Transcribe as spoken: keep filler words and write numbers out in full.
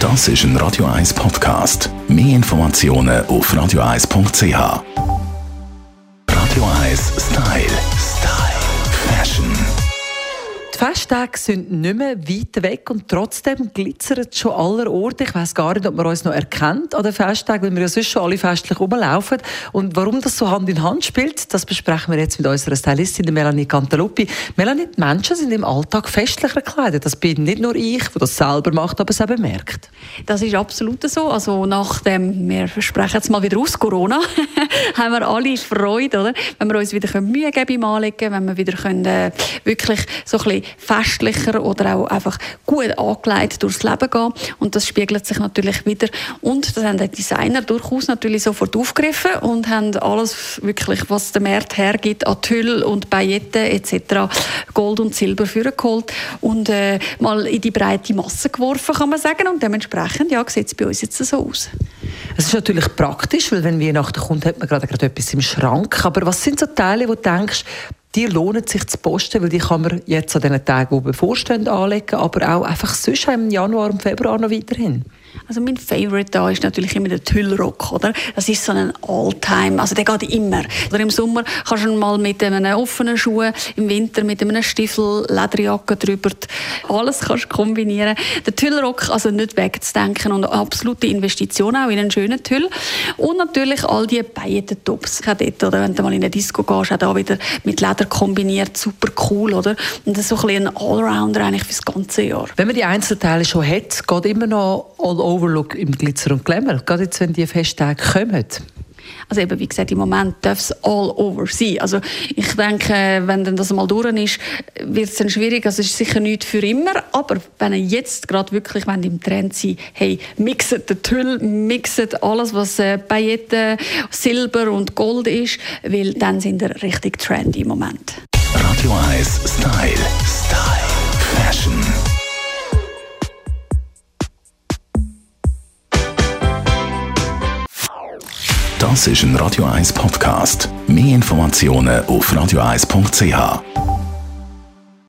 Das ist ein Radio eins Podcast. Mehr Informationen auf radio eins punkt c h. Radio eins Style. Style. Fashion. Die Festtage sind nicht mehr weit weg und trotzdem glitzern schon aller Orte. Ich weiss gar nicht, ob man uns noch erkennt an den Festtagen, weil wir ja sonst schon alle festlich rumlaufen. Und warum das so Hand in Hand spielt, das besprechen wir jetzt mit unserer Stylistin Melanie Cantaluppi. Melanie, die Menschen sind im Alltag festlicher gekleidet. Das bin nicht nur ich, der das selber macht, aber es eben merkt. Das ist absolut so. Also nach dem, wir sprechen jetzt mal wieder aus Corona, haben wir alle Freude, oder? Wenn wir uns wieder Mühe geben im Anlegen, wenn wir wieder können, äh, wirklich so ein bisschen festlicher oder auch einfach gut angelegt durchs Leben gehen. Und das spiegelt sich natürlich wieder. Und das haben die Designer durchaus natürlich sofort aufgegriffen und haben alles wirklich, was der Markt hergibt, an Tüll und Pailletten et cetera, Gold und Silber vorgeholt und äh, mal in die breite Masse geworfen, kann man sagen. Und dementsprechend ja, sieht es bei uns jetzt so aus. Es ist natürlich praktisch, weil wenn Weihnachten kommt, hat man gerade, gerade etwas im Schrank. Aber was sind so Teile, wo du denkst, die lohnen sich zu posten, weil die kann man jetzt an den Tagen, die bevorstehen, anlegen, aber auch einfach sonst im Januar und Februar noch weiterhin? Also mein Favorite da ist natürlich immer der Tüllrock, oder? Das ist so ein All-Time, also der geht immer. Oder im Sommer kannst du ihn mal mit einem offenen Schuh, im Winter mit einem Stiefel, Lederjacke drüber, alles kannst du kombinieren. Der Tüllrock, also nicht wegzudenken und eine absolute Investition auch in einen schönen Tüll. Und natürlich all die Pailletten-Tops. Auch dort, oder? Wenn du mal in eine Disco gehst, auch da wieder mit Leder kombiniert, super cool, oder? Und das ist so ein bisschen ein Allrounder eigentlich für das ganze Jahr. Wenn man die Einzelteile schon hat, geht immer noch All-Over-Look im Glitzer und Glamour, gerade jetzt, wenn die Festtage kommen. Also eben, wie gesagt, im Moment darf es all over sein. Also ich denke, wenn dann das mal durch ist, wird es dann schwierig. Also es ist sicher nicht für immer. Aber wenn ihr jetzt gerade wirklich im Trend seid, hey, mixet den Tüll, mixet alles, was äh, Pailletten, Silber und Gold ist, weil dann sind ihr richtig trendy im Moment. Radio eins Style. Style. Fashion. Das ist ein Radio eins Podcast. Mehr Informationen auf radio eins punkt c h.